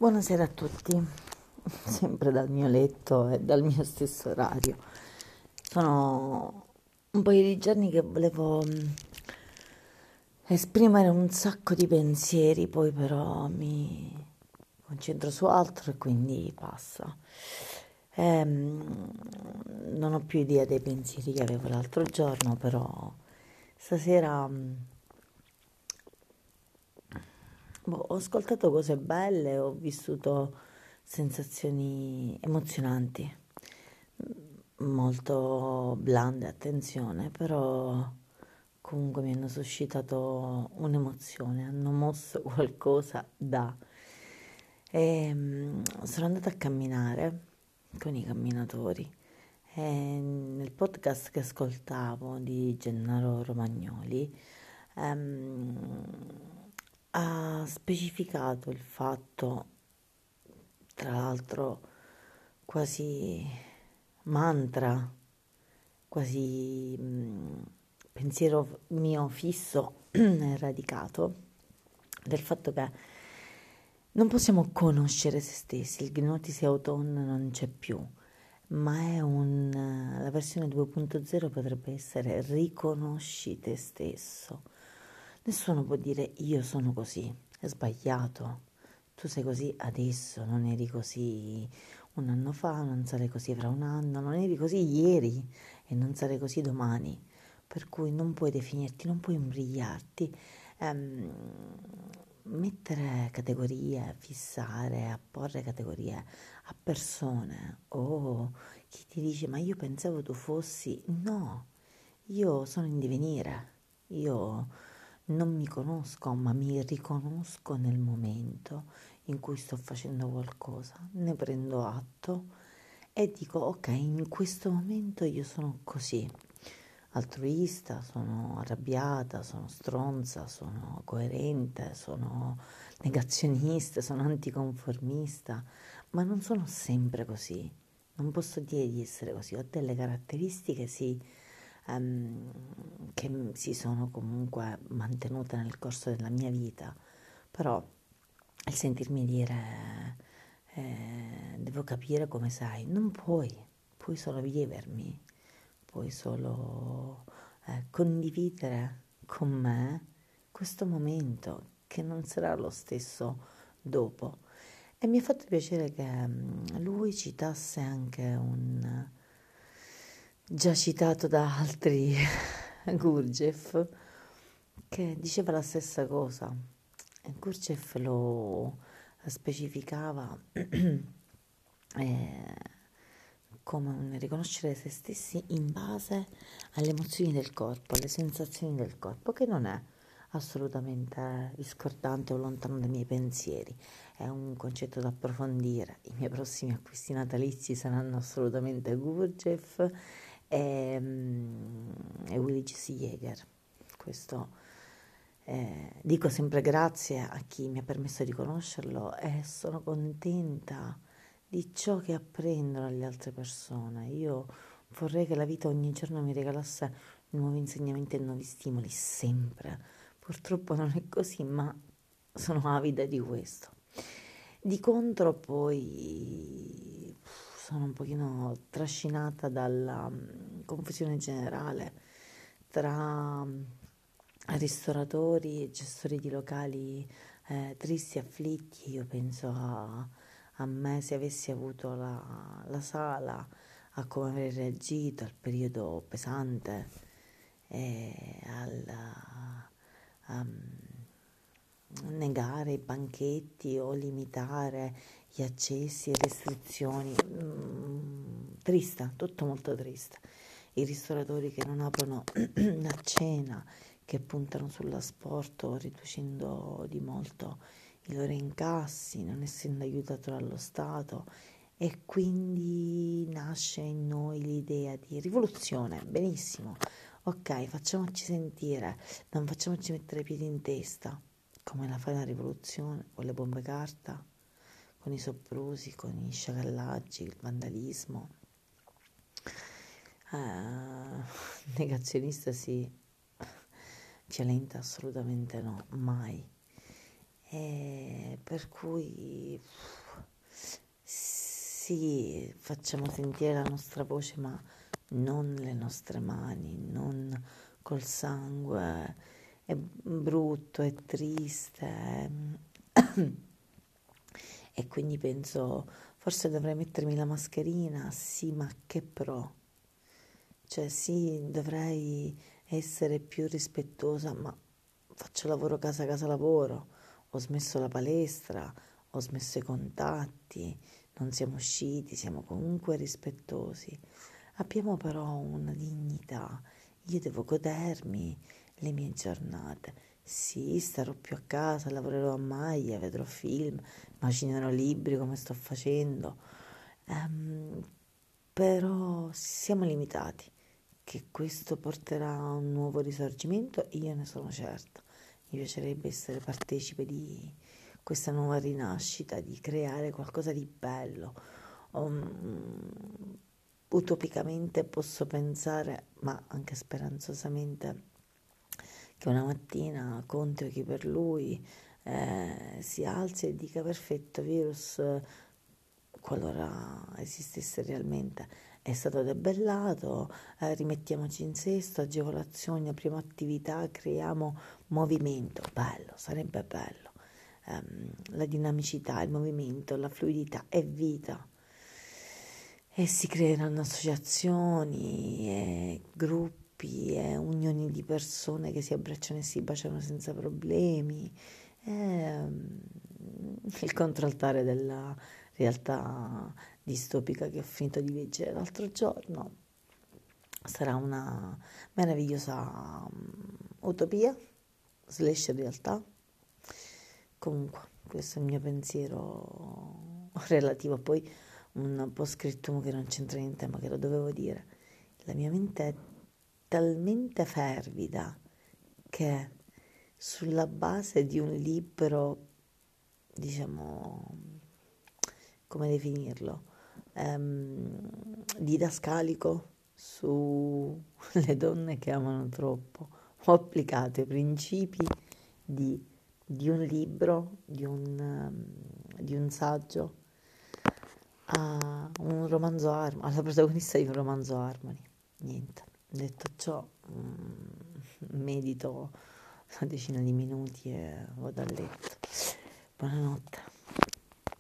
Buonasera a tutti, sempre dal mio letto e dal mio stesso orario. Sono un paio di giorni che volevo esprimere un sacco di pensieri, poi però mi concentro su altro e quindi passa. Non ho più idea dei pensieri che avevo l'altro giorno, però stasera ho ascoltato cose belle, ho vissuto sensazioni emozionanti, molto blande, attenzione, però comunque mi hanno suscitato un'emozione, hanno mosso qualcosa da... Sono andata a camminare con i camminatori e nel podcast che ascoltavo di Gennaro Romagnoli ha specificato il fatto, tra l'altro quasi mantra, quasi pensiero mio fisso e radicato, del fatto che non possiamo conoscere se stessi, il Gnosis Auton non c'è più, ma la versione 2.0 potrebbe essere riconosci te stesso. Nessuno può dire io sono così, è sbagliato. Tu sei così adesso, non eri così un anno fa, non sarai così fra un anno, non eri così ieri e non sarai così domani. Per cui non puoi definirti, non puoi imbrigliarti, ehm, mettere categorie, fissare, apporre categorie a persone o chi ti dice ma io pensavo tu fossi, no, io sono in divenire, io non mi conosco ma mi riconosco nel momento in cui sto facendo qualcosa, ne prendo atto e dico ok, in questo momento io sono così, altruista, sono arrabbiata, sono stronza, sono coerente, sono negazionista, sono anticonformista, ma non sono sempre così. Non posso dire di essere così, ho delle caratteristiche sì, che si sono comunque mantenute nel corso della mia vita, però il sentirmi dire devo capire come sei, non puoi, puoi solo vivermi, puoi solo condividere con me questo momento che non sarà lo stesso dopo. E mi ha fatto piacere che lui citasse anche un già citato da altri Gurdjieff che diceva la stessa cosa. E Gurdjieff lo specificava eh, come un riconoscere se stessi in base alle emozioni del corpo, alle sensazioni del corpo, che non è assolutamente discordante o lontano dai miei pensieri, è un concetto da approfondire. I miei prossimi acquisti natalizi saranno assolutamente Gurdjieff e Willy G. Jäger. Questo dico sempre grazie a chi mi ha permesso di conoscerlo e sono contenta di ciò che apprendono le altre persone. Io vorrei che la vita ogni giorno mi regalasse nuovi insegnamenti e nuovi stimoli, sempre. Purtroppo non è così, ma sono avida di questo. Di contro poi sono un pochino trascinata dalla confusione generale tra ristoratori e gestori di locali tristi, afflitti. Io penso a me se avessi avuto la sala, a come avrei reagito al periodo pesante e a negare i banchetti o limitare gli accessi e restrizioni. Triste, tutto molto triste. I ristoratori che non aprono a cena, che puntano sull'asporto riducendo di molto i loro incassi, non essendo aiutato dallo Stato, e quindi nasce in noi l'idea di rivoluzione. Benissimo, ok, facciamoci sentire, non facciamoci mettere i piedi in testa, come la fai una rivoluzione, con le bombe carta, con i soprusi, con i sciacallaggi, il vandalismo. Negazionista sì, violenta assolutamente no, mai. E per cui sì, facciamo sentire la nostra voce, ma non le nostre mani, non col sangue. È brutto, è triste. E quindi penso, forse dovrei mettermi la mascherina, sì, ma che pro? Cioè sì, dovrei essere più rispettosa, ma faccio lavoro casa, casa lavoro, ho smesso la palestra, ho smesso i contatti, non siamo usciti, siamo comunque rispettosi. Abbiamo però una dignità, io devo godermi le mie giornate. Sì, starò più a casa, lavorerò a maglia, vedrò film, macinerò libri come sto facendo. Ehm, Però siamo limitati. Che questo porterà a un nuovo risorgimento, io ne sono certa. Mi piacerebbe essere partecipe di questa nuova rinascita, di creare qualcosa di bello. Utopicamente posso pensare, ma anche speranzosamente, che una mattina contro chi per lui si alzi e dica perfetto, virus, qualora esistesse realmente, è stato debellato, rimettiamoci in sesto, agevolazioni, apriamo attività, creiamo movimento, bello, sarebbe bello. La dinamicità, il movimento, la fluidità è vita e si creeranno associazioni e gruppi e unioni di persone che si abbracciano e si baciano senza problemi. Il contraltare della realtà distopica che ho finito di leggere l'altro giorno sarà una meravigliosa utopia slash realtà. Comunque, questo è il mio pensiero relativo. Poi un po' scritto che non c'entra niente, ma che lo dovevo dire. La mia mente è talmente fervida che sulla base di un libro, diciamo, come definirlo, didascalico sulle donne che amano troppo, ho applicato i principi di, di un libro, di un saggio a un romanzo alla protagonista di un romanzo Harmony. Niente, detto ciò, medito una decina di minuti e vado a letto. Buonanotte.